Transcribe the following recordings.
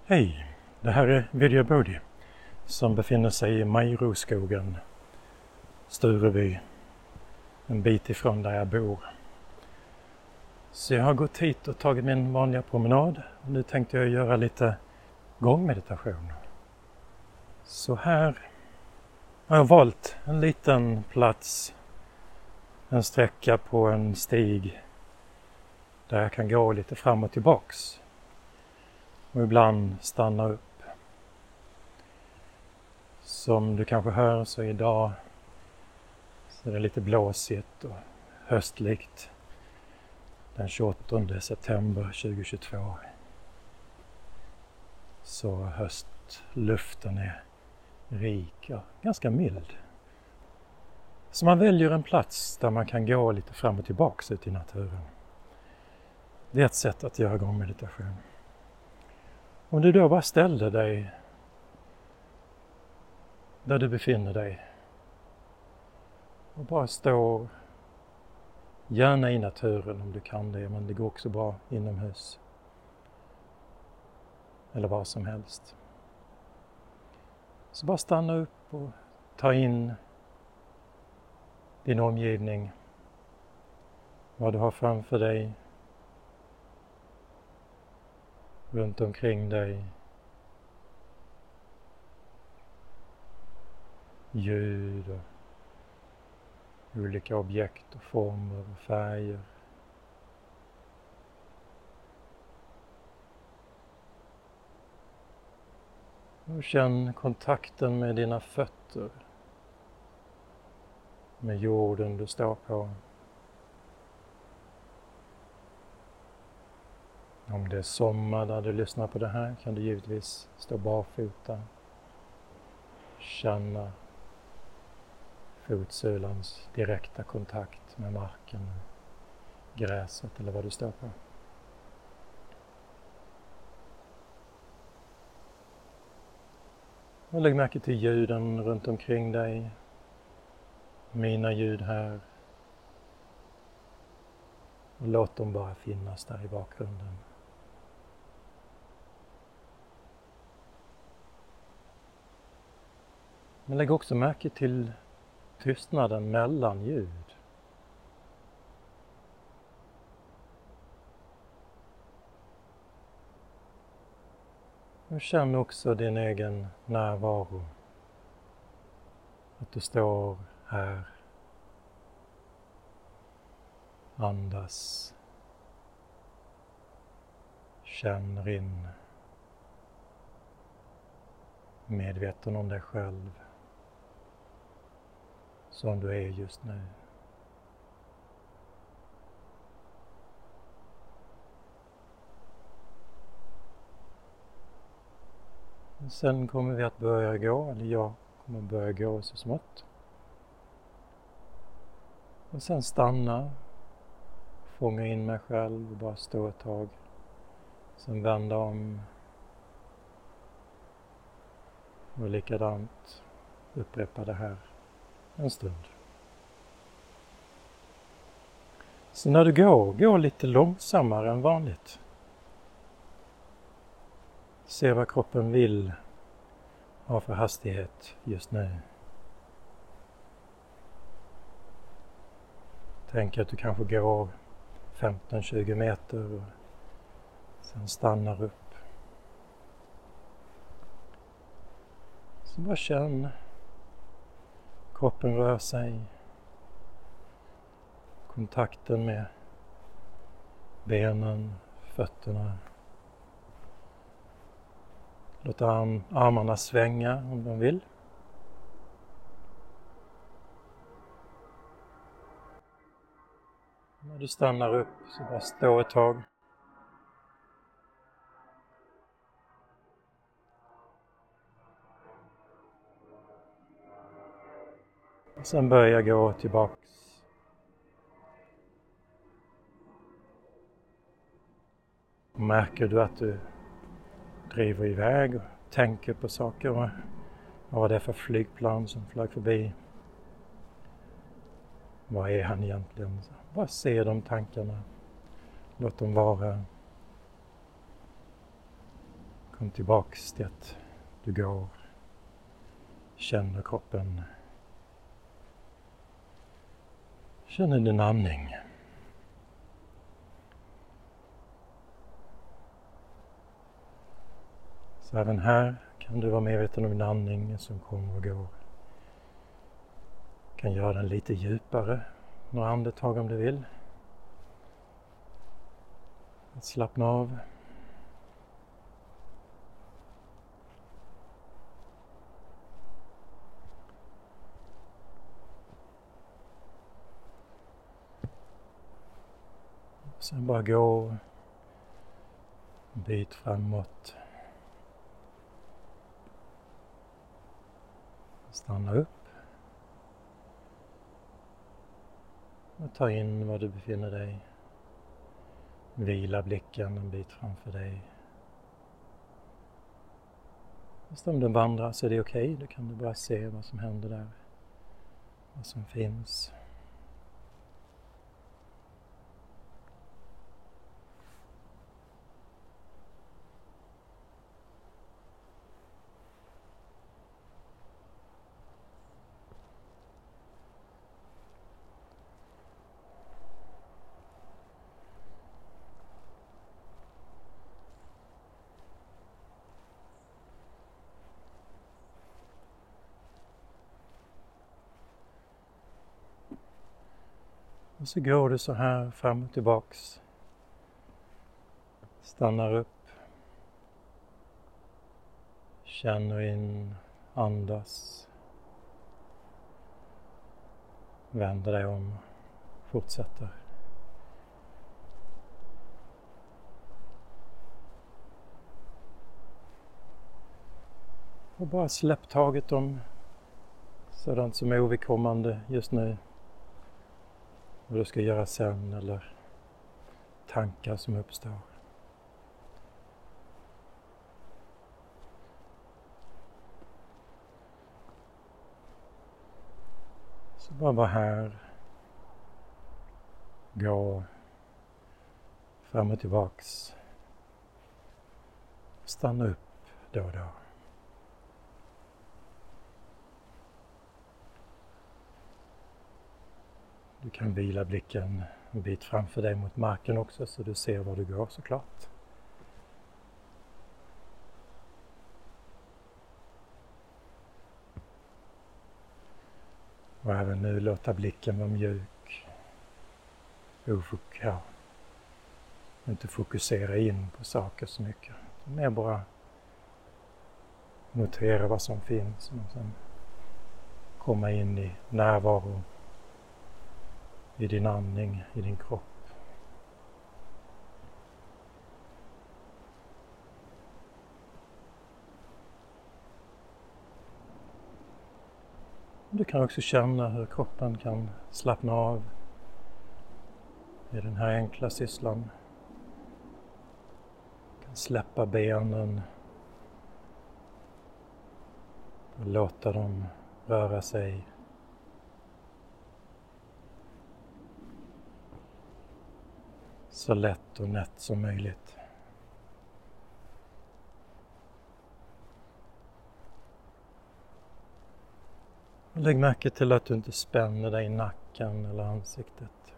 Hej, det här är Vidya Bodhi som befinner sig i Majroskogen, Stureby, en bit ifrån där jag bor. Så jag har gått hit och tagit min vanliga promenad. Nu tänkte jag göra lite gångmeditation. Så här har jag valt en liten plats, en sträcka på en stig där jag kan gå lite fram och tillbaks. Och ibland stanna upp. Som du kanske hör så idag så är det lite blåsigt och höstligt den 28 september 2022. Så höstluften är rik och ganska mild. Så man väljer en plats där man kan gå lite fram och tillbaks ut i naturen. Det är ett sätt att göra gångmeditation. Om du då bara ställer dig där du befinner dig och bara står gärna i naturen om du kan det, men det går också bra inomhus eller vad som helst. Så bara stanna upp och ta in din omgivning, vad du har framför dig, runt omkring dig, ljud och olika objekt och former och färger. Och känn kontakten med dina fötter, med jorden du står på. Om det är sommar där du lyssnar på det här kan du givetvis stå barfota. Känna fotsulans direkta kontakt med marken, gräset eller vad du står på. Och lägg märke till ljuden runt omkring dig. Mina ljud här. Och låt dem bara finnas där i bakgrunden. Men lägg också märke till tystnaden mellan ljud. Och känn också din egen närvaro. Att du står här. Andas. Känner in. Medveten om dig själv. Som du är just nu. Sen kommer vi att börja gå, eller jag kommer börja gå så smått. Och sen stanna, fånga in mig själv och bara stå ett tag. Sen vända om. Och likadant upprepa det här en stund. Så när du gå lite långsammare än vanligt. Se vad kroppen vill ha för hastighet just nu. Tänk att du kanske går 15-20 meter och sen stannar upp. Så bara känn. Kroppen rör sig. Kontakten med benen, fötterna. Låt armarna svänga om de vill. När du stannar upp så bara stå ett tag. Och sen börja gå tillbaks. Och märker du att du driver iväg och tänker på saker och vad det är för flygplan som flög förbi. Vad är han egentligen? Bara se de tankarna. Låt dem vara. Kom tillbaks till att du går. Känner kroppen. Känner din andning. Så även här kan du vara medveten om din andning som kommer och går. Du kan göra den lite djupare några andetag om du vill. Att slappna av. Sen bara gå en bit framåt. Stanna upp. Och ta in var du befinner dig. Vila blicken en bit framför dig. Fast om den vandrar så är det okej. Då kan du bara se vad som händer där. Vad som finns. Och så går du så här fram och tillbaks. Stannar upp. Känner in, andas. Vänder dig om. Fortsätter. Och bara släpp taget om sådant som är ovidkommande just nu. Vad du ska göra sen eller tankar som uppstår. Så bara vara här. Gå fram och tillbaks. Stanna upp då och då. Du kan vila blicken en bit framför dig mot marken också så du ser var du går såklart. Och även nu låta blicken vara mjuk. Inte fokusera in på saker så mycket. Mer bara notera vad som finns och sen komma in i närvaro. I din andning, i din kropp. Du kan också känna hur kroppen kan slappna av i den här enkla sysslan. Du kan släppa benen och låta dem röra sig. Så lätt och nätt som möjligt. Lägg märke till att du inte spänner dig i nacken eller ansiktet.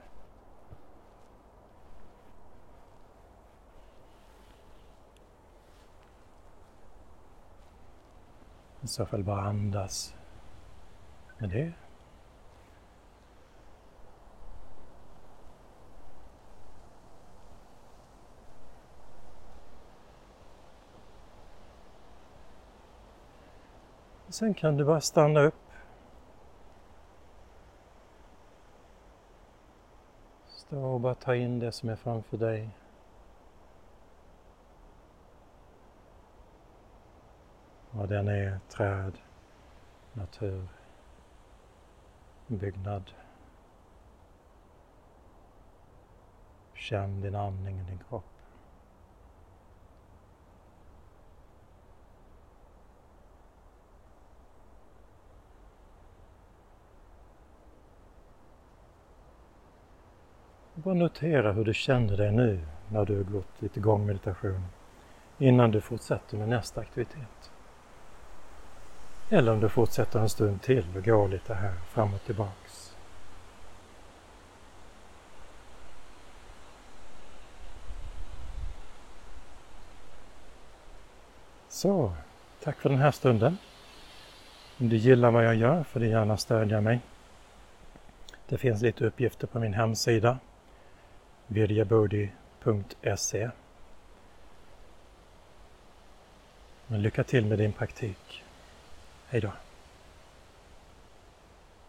I så fall bara andas med det. Sen kan du bara stanna upp. Stå och bara ta in det som är framför dig. Vad den är, träd, natur, byggnad. Känn din andning i din kropp. Bara notera hur du känner dig nu när du har gått lite gångmeditation innan du fortsätter med nästa aktivitet. Eller om du fortsätter en stund till och går lite här fram och tillbaks. Så, tack för den här stunden. Om du gillar vad jag gör får du gärna stödja mig. Det finns lite uppgifter på min hemsida viryabodhi.se. Men lycka till med din praktik. Hej då!